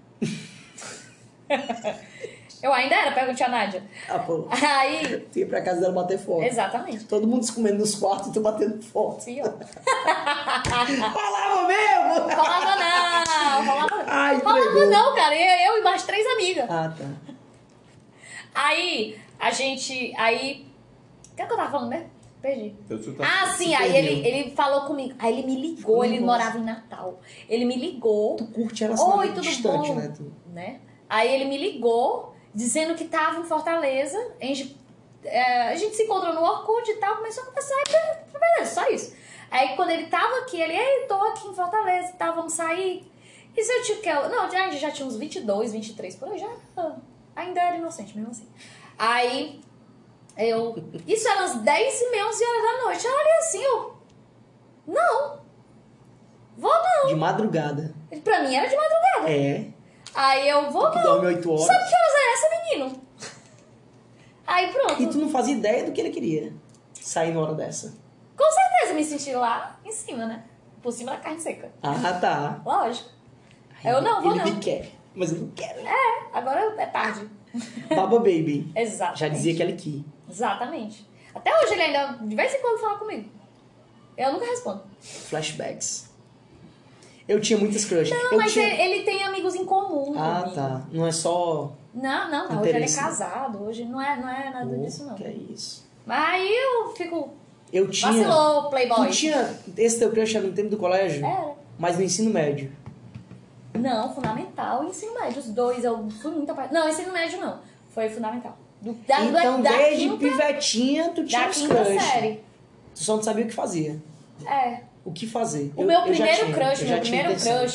Eu ainda era, pergunte a Nádia. Ah, pô. Aí, Tu ia pra casa dela bater foto. exatamente. Todo mundo se comendo nos quartos e tu batendo foto. Sim, ó. Falava mesmo! Rolava não. Ai, Rolava entregou. não, cara. Eu e mais 3 amigas. Ah, tá. Aí, a gente. Aí. O que é que eu tava falando mesmo? Perdi. Tá Ah, sim, aí ele falou comigo. Aí ele me ligou, ele morava em Natal. Ele me ligou. Tu curte ela Oi, tudo distante, bom? né? Tu... Né? Aí ele me ligou, dizendo que tava em Fortaleza. A gente se encontrou no Orkut e tal, começou a conversar e beleza, só isso. Aí quando ele tava aqui, ele, ei, tô aqui em Fortaleza e tal, vamos sair. E se eu te quero... Não, a gente já tinha uns 22, 23, por aí já. Ainda era inocente, mesmo assim. Aí, isso era umas 10h30, 11 horas da noite. Eu olhei assim, não. Vou não. De madrugada. Pra mim era de madrugada. É. Aí eu vou Tu não. dorme 8 horas. Sabe que horas é essa, menino? Aí pronto. E tu não fazia ideia do que ele queria. Sair na hora dessa. Com certeza me senti lá em cima, né? Por cima da carne seca. Ah, tá. Lógico. Eu não, vou ele não. me quer, mas eu não quero. Agora é tarde. Baba Baby. Exatamente. Já dizia que ela quis. Exatamente. Até hoje ele ainda, de vez em quando, fala comigo. Eu nunca respondo. Flashbacks. Eu tinha muitas crushes. Não, eu mas tinha... ele tem amigos em comum Ah, comigo. tá. Não é só... Não. Hoje ele é Interesse. casado. Hoje não é nada disso, não. Que é isso. Mas aí eu fico... Eu tinha... Vacilou, playboy. Tu tinha... Esse teu crush era no tempo do colégio? Era. Mas no ensino médio. Não, fundamental e ensino médio. Os dois, eu fui muito apaixonada. Não, ensino médio não. Foi fundamental. Então, desde quinta, pivetinha, tu tinha da os quinta crush. série. Tu só não sabia o que fazia. É. O que fazer. O meu eu já primeiro tinha, crush, eu já meu tinha primeiro intenção. crush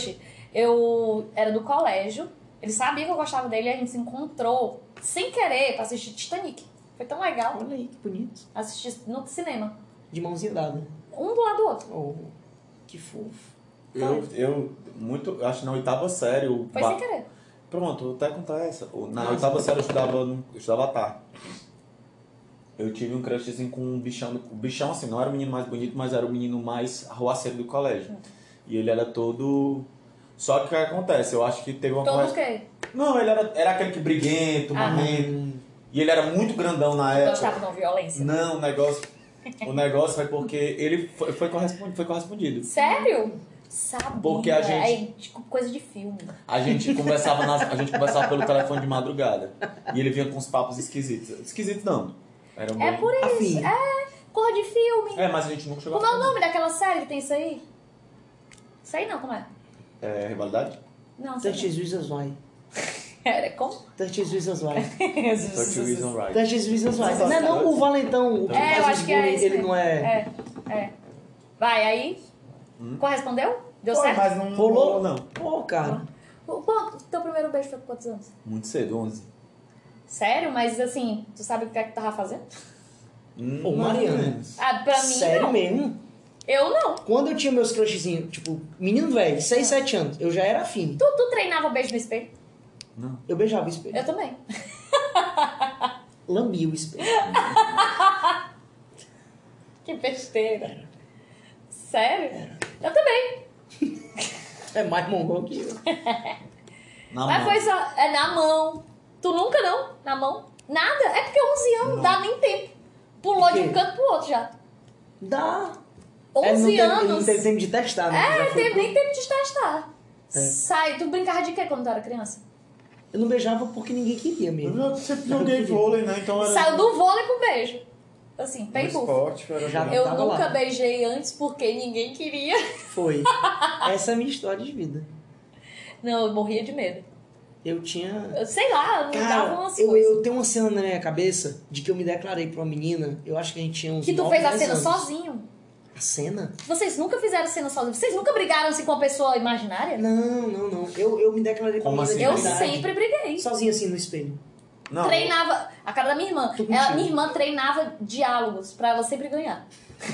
Eu era do colégio, ele sabia que eu gostava dele e a gente se encontrou sem querer pra assistir Titanic. Foi tão legal. Olha aí, que bonito. Assistir no cinema. De mãozinha dada. Um do lado do outro. Oh, que fofo. Eu acho que na oitava série... Foi sem querer. Pronto, vou até contar essa. Na oitava série eu estudava à tarde. Eu tive um crushzinho com um bichão. O bichão, assim, não era o menino mais bonito, mas era o menino mais arruaceiro do colégio. E ele era todo... Só que o que acontece? Eu acho que teve uma... Todo o quê? Não, ele era aquele que briguento, marrento. E ele era muito grandão na época. Gostava de uma violência. Não, o negócio foi porque ele foi correspondido. Sério? Sabia. Porque a gente- É tipo coisa de filme. A gente conversava pelo telefone de madrugada. E ele vinha com uns papos esquisitos. Esquisitos não. Era É por isso. Afim. Cor de filme. Mas a gente nunca chegou Como é o a nome daquela série que tem isso aí? Sei não, como é? rivalidade? Não, sei 30 Reasons Why. não. Era como? 30 Reasons Why. 30 Reasons Why. 30 Reasons Why. Não é não o Valentão, o que É, eu faz acho os que é bullying, esse ele mesmo. não é... É. Vai, aí. Correspondeu? Deu Foi, certo? mas não Rolou? não. Pô, cara. Teu primeiro beijo foi com quantos anos? Muito cedo, 11. Sério? Mas assim, tu sabe o que é que tu tava fazendo? Ô, Mariana. Ah, pra mim Sério não. mesmo? Eu não. Quando eu tinha meus crushzinhos, tipo, menino velho, 6, 7 anos, eu já era afim. Tu treinava beijo no espelho? Eu beijava o espelho. Eu também. Lambia o espelho. Que besteira. Sério? Eu também. É mais mongol que eu. Na Mas mão. foi só. É na mão. Tu nunca não? Na mão? Nada. É porque 11 anos não dá nem tempo. Pulou Por de quê? um canto pro outro já. Dá. 11 Ele não anos. teve tempo de testar, né? Já É, foi teve pro- nem tempo de testar. É. Sai. Tu brincava de quê quando tu era criança? Eu não beijava porque ninguém queria mesmo. Eu sempre joguei vôlei, né? Então era Saiu do vôlei pro beijo. Assim, um pei bufo. esporte. Era Já- Eu tava nunca lá. beijei antes porque ninguém queria. Foi. Essa é a minha história de vida. Não, eu morria de medo. Eu tinha... Eu sei lá, eu dava Cara, umas eu coisas. tenho uma cena na minha cabeça de que eu me declarei pra uma menina, eu acho que a gente tinha uns Que tu 9, fez a 10 cena anos. sozinho. A cena? Vocês nunca fizeram cena sozinho. Vocês nunca brigaram assim com uma pessoa imaginária? Não. Eu me declarei pra Como uma assim? menina Eu de verdade. sempre briguei. Sozinho assim no espelho. Não, Treinava. A cara da minha irmã. Tô contigo. Minha irmã treinava diálogos pra ela sempre ganhar.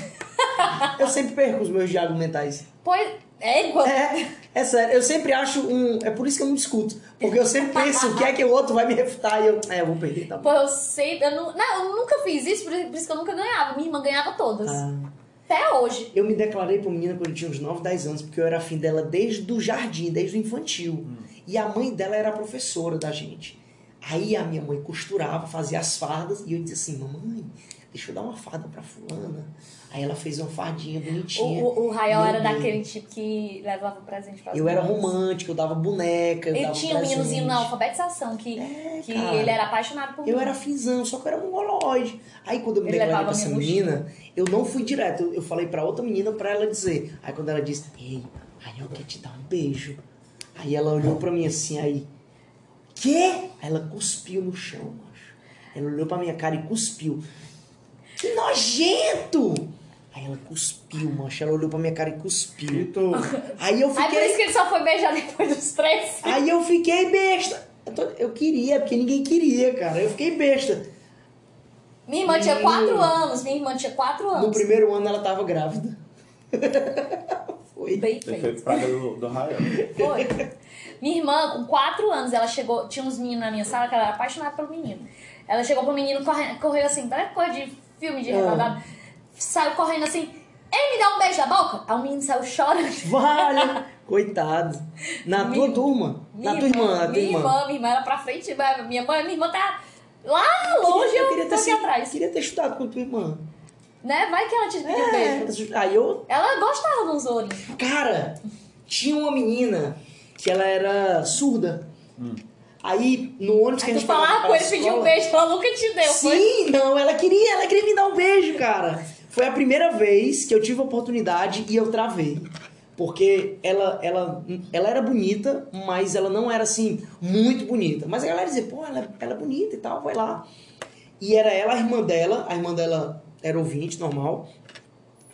Eu sempre perco os meus diálogos mentais. Pois. É igual. É sério, eu sempre acho um... É por isso que eu não discuto. Porque eu sempre penso o que é que o outro vai me refutar e eu vou perder, tá bom. Pô, eu sei. Eu nunca fiz isso, por isso que eu nunca ganhava. Minha irmã ganhava todas. Ah. Até hoje. Eu me declarei pra uma menina quando eu tinha uns 9, 10 anos, porque eu era afim dela desde o jardim, desde o infantil. E a mãe dela era a professora da gente. Aí a minha mãe costurava, fazia as fardas, e eu dizia assim, mamãe, deixa eu dar uma farda pra fulana. Aí ela fez uma fardinha bonitinha. O Rael E eu era dei. daquele tipo que levava presente pra Eu era romântico, eu dava boneca, eu Ele dava tinha um meninozinho na presente. alfabetização que cara. ele era apaixonado por mim. Eu era finzão, só que eu era mongoloide. Aí quando eu me Ele declarei levava pra essa minha mochila. menina, eu não fui direto. Eu falei pra outra menina pra ela dizer. Aí quando ela disse, ei, aí eu quero te dar um beijo. Aí ela olhou pra mim assim, aí, quê? Aí ela cuspiu no chão, macho. Ela olhou pra minha cara e cuspiu. Que nojento! Aí ela cuspiu, macho. Ela olhou pra minha cara e cuspiu. Aí eu Aí por isso fiquei... que ele só foi beijar depois dos 3. Aí eu fiquei besta. Eu queria, porque ninguém queria, cara. Eu fiquei besta. Minha irmã tinha 4 anos. Minha irmã tinha 4 No anos. primeiro ano ela tava grávida. Foi. Bem Você feito. fez praga do raio. Foi. Minha irmã, com 4 anos, ela chegou. Tinha uns meninos na minha sala que ela era apaixonada pelo menino. Ela chegou pro menino, correu assim, parece coisa de filme de retardado. Saiu correndo assim, ei, me dá um beijo na boca. Aí o menino saiu chorando. Vale! Coitado. Na tua turma? Na tua irmã, na tua irmã. Minha irmã era pra frente, minha irmã tá lá longe, eu queria tô ter aqui sido- atrás. Queria ter estudado com tua irmã. Né? Vai que ela te pediu beijo. Aí eu... Ela gostava de uns ourinhos. Cara, tinha uma menina que ela era surda. Aí, no ônibus que a Aí gente tu falava pegava com pra ele, pediu um escola- beijo, ela nunca te deu, foi? Sim, não, ela queria me dar um beijo, cara. Foi a primeira vez que eu tive a oportunidade e eu travei. Porque ela era bonita, mas ela não era assim, muito bonita. Mas a galera dizia, pô, ela é bonita e tal, vai lá. E era ela, a irmã dela era ouvinte, normal.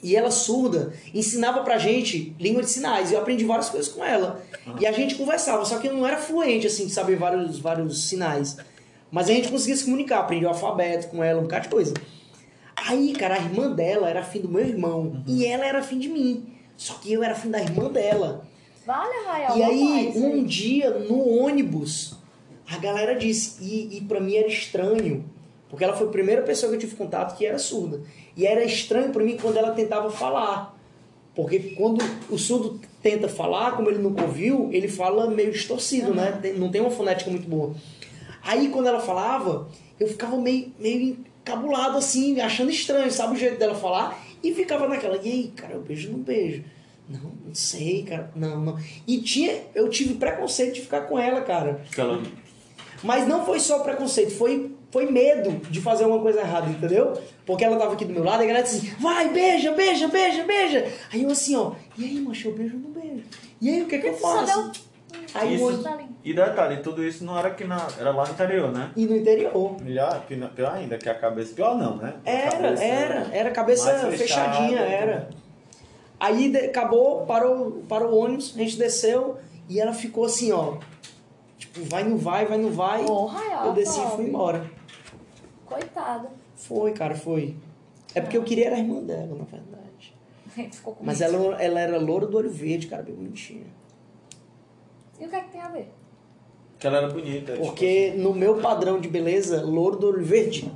E ela surda, ensinava pra gente língua de sinais. E eu aprendi várias coisas com ela. E a gente conversava, só que eu não era fluente, assim, de saber vários sinais. Mas a gente conseguia se comunicar, aprendi o alfabeto com ela, um bocado de coisa. Aí, cara, a irmã dela era afim do meu irmão. E ela era afim de mim. Só que eu era afim da irmã dela. Vale, Rael. E aí, um dia, no ônibus, a galera disse, e pra mim era estranho, porque ela foi a primeira pessoa que eu tive contato que era surda. E era estranho pra mim quando ela tentava falar. Porque quando o surdo tenta falar, como ele nunca ouviu, ele fala meio distorcido, né? Não tem uma fonética muito boa. Aí, quando ela falava, eu ficava meio encabulado, assim, achando estranho, sabe o jeito dela falar? E ficava naquela, e aí, cara, eu beijo ou não beijo? Não sei, cara, não. E eu tive preconceito de ficar com ela, cara. Mas não foi só preconceito, foi medo de fazer uma coisa errada, entendeu? Porque ela tava aqui do meu lado e a galera disse assim, vai, beija. Aí eu assim, ó, e aí, macho, eu beijo ou não beijo? E aí, o que eu faço? Aí E detalhe, tudo isso não era aqui era lá no interior, né? E no interior. Pior ainda, que a cabeça... Pior não, né? Era cabeça mais fechadinha, fechada, era. Aí acabou, parou o ônibus, a gente desceu e ela ficou assim, ó. Tipo, vai, não vai. Ô, Rael, eu desci e pobre. fui embora. Coitada. Foi, cara, foi. É porque eu queria era a irmã dela, na verdade. Ficou com Mas medo. ela era loura do olho verde, cara, bem bonitinha. E o que é que tem a ver? Que ela era bonita. Porque no meu padrão de beleza, louro do olho verde.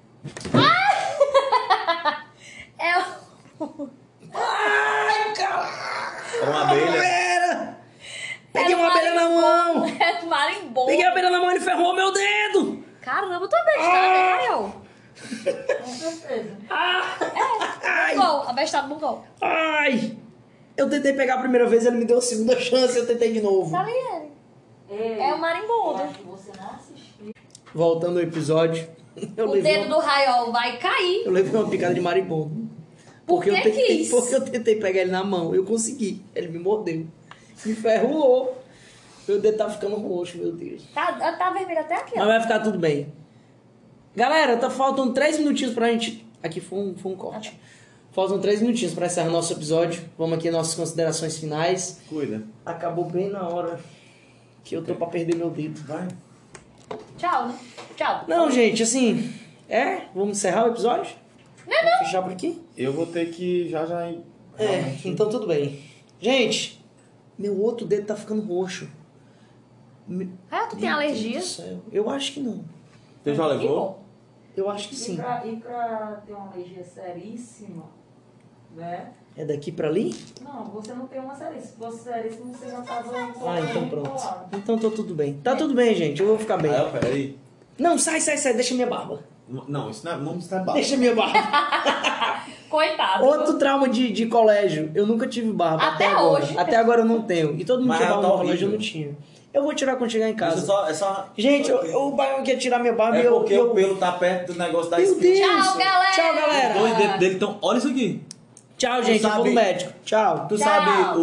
É Ai, cara! Era uma abelha. Era! Peguei uma abelha na mão! É marimbondo. Peguei a abelha na mão e ele ferrou meu dedo! Caramba, tu é bestado, né, Rael? Com certeza. Bugou, abestado bugou. Ai! Eu tentei pegar a primeira vez, ele me deu a segunda chance, eu tentei de novo. Tá ali ele. Ei, É o marimbondo. eu acho que você não assistiu. Voltando ao episódio, eu O levei dedo do Rael vai cair. eu levei uma picada de marimbondo. Por que eu tentei, quis? Porque eu tentei pegar ele na mão, eu consegui. Ele me mordeu. Me ferrou. Meu dedo tá ficando roxo, meu Deus. Tá vermelho até aqui, Mas ó. vai ficar tudo bem. Galera, tá faltando 3 minutinhos pra gente... Aqui foi um corte. Faltam 3 minutinhos pra encerrar nosso episódio. Vamos aqui às nossas considerações finais. Cuida. Acabou bem na hora que eu tô pra perder meu dedo. Vai. Tchau, né? Tchau. Não, gente, assim... Vamos encerrar o episódio? Vamos fechar por aqui? Eu vou ter que já... Então tudo bem. Gente, meu outro dedo tá ficando roxo. Rael, tu tem alergia? Meu Deus do céu. Eu acho que não. Você já Que levou? bom. Eu acho que E sim. pra ter uma alergia seríssima, né? É daqui pra ali? Não, você não tem uma seríssima. Se fosse seríssima, você já tava... Então pronto. Então tô tudo bem. Tá tudo bem, gente. Eu vou ficar bem. Rael, peraí. Não, sai. Deixa minha barba. Não, isso não é barba. Deixa minha barba. Coitado. Outro trauma de colégio. Eu nunca tive barba. Até agora. hoje. Até agora eu não tenho. E todo mundo Mas tinha barba tá no colégio, eu horrível. não tinha. Eu vou tirar quando chegar em casa. Isso é só... Gente, o Baião quer tirar minha barba e É eu... porque o pelo tá perto do negócio da Meu espinha. Deus. Tchau, galera. Tchau, Os galera. dois dedos dele estão... Olha isso aqui. Tchau, gente. Eu vou sabe- no médico. Tchau. Tu Tchau. sabe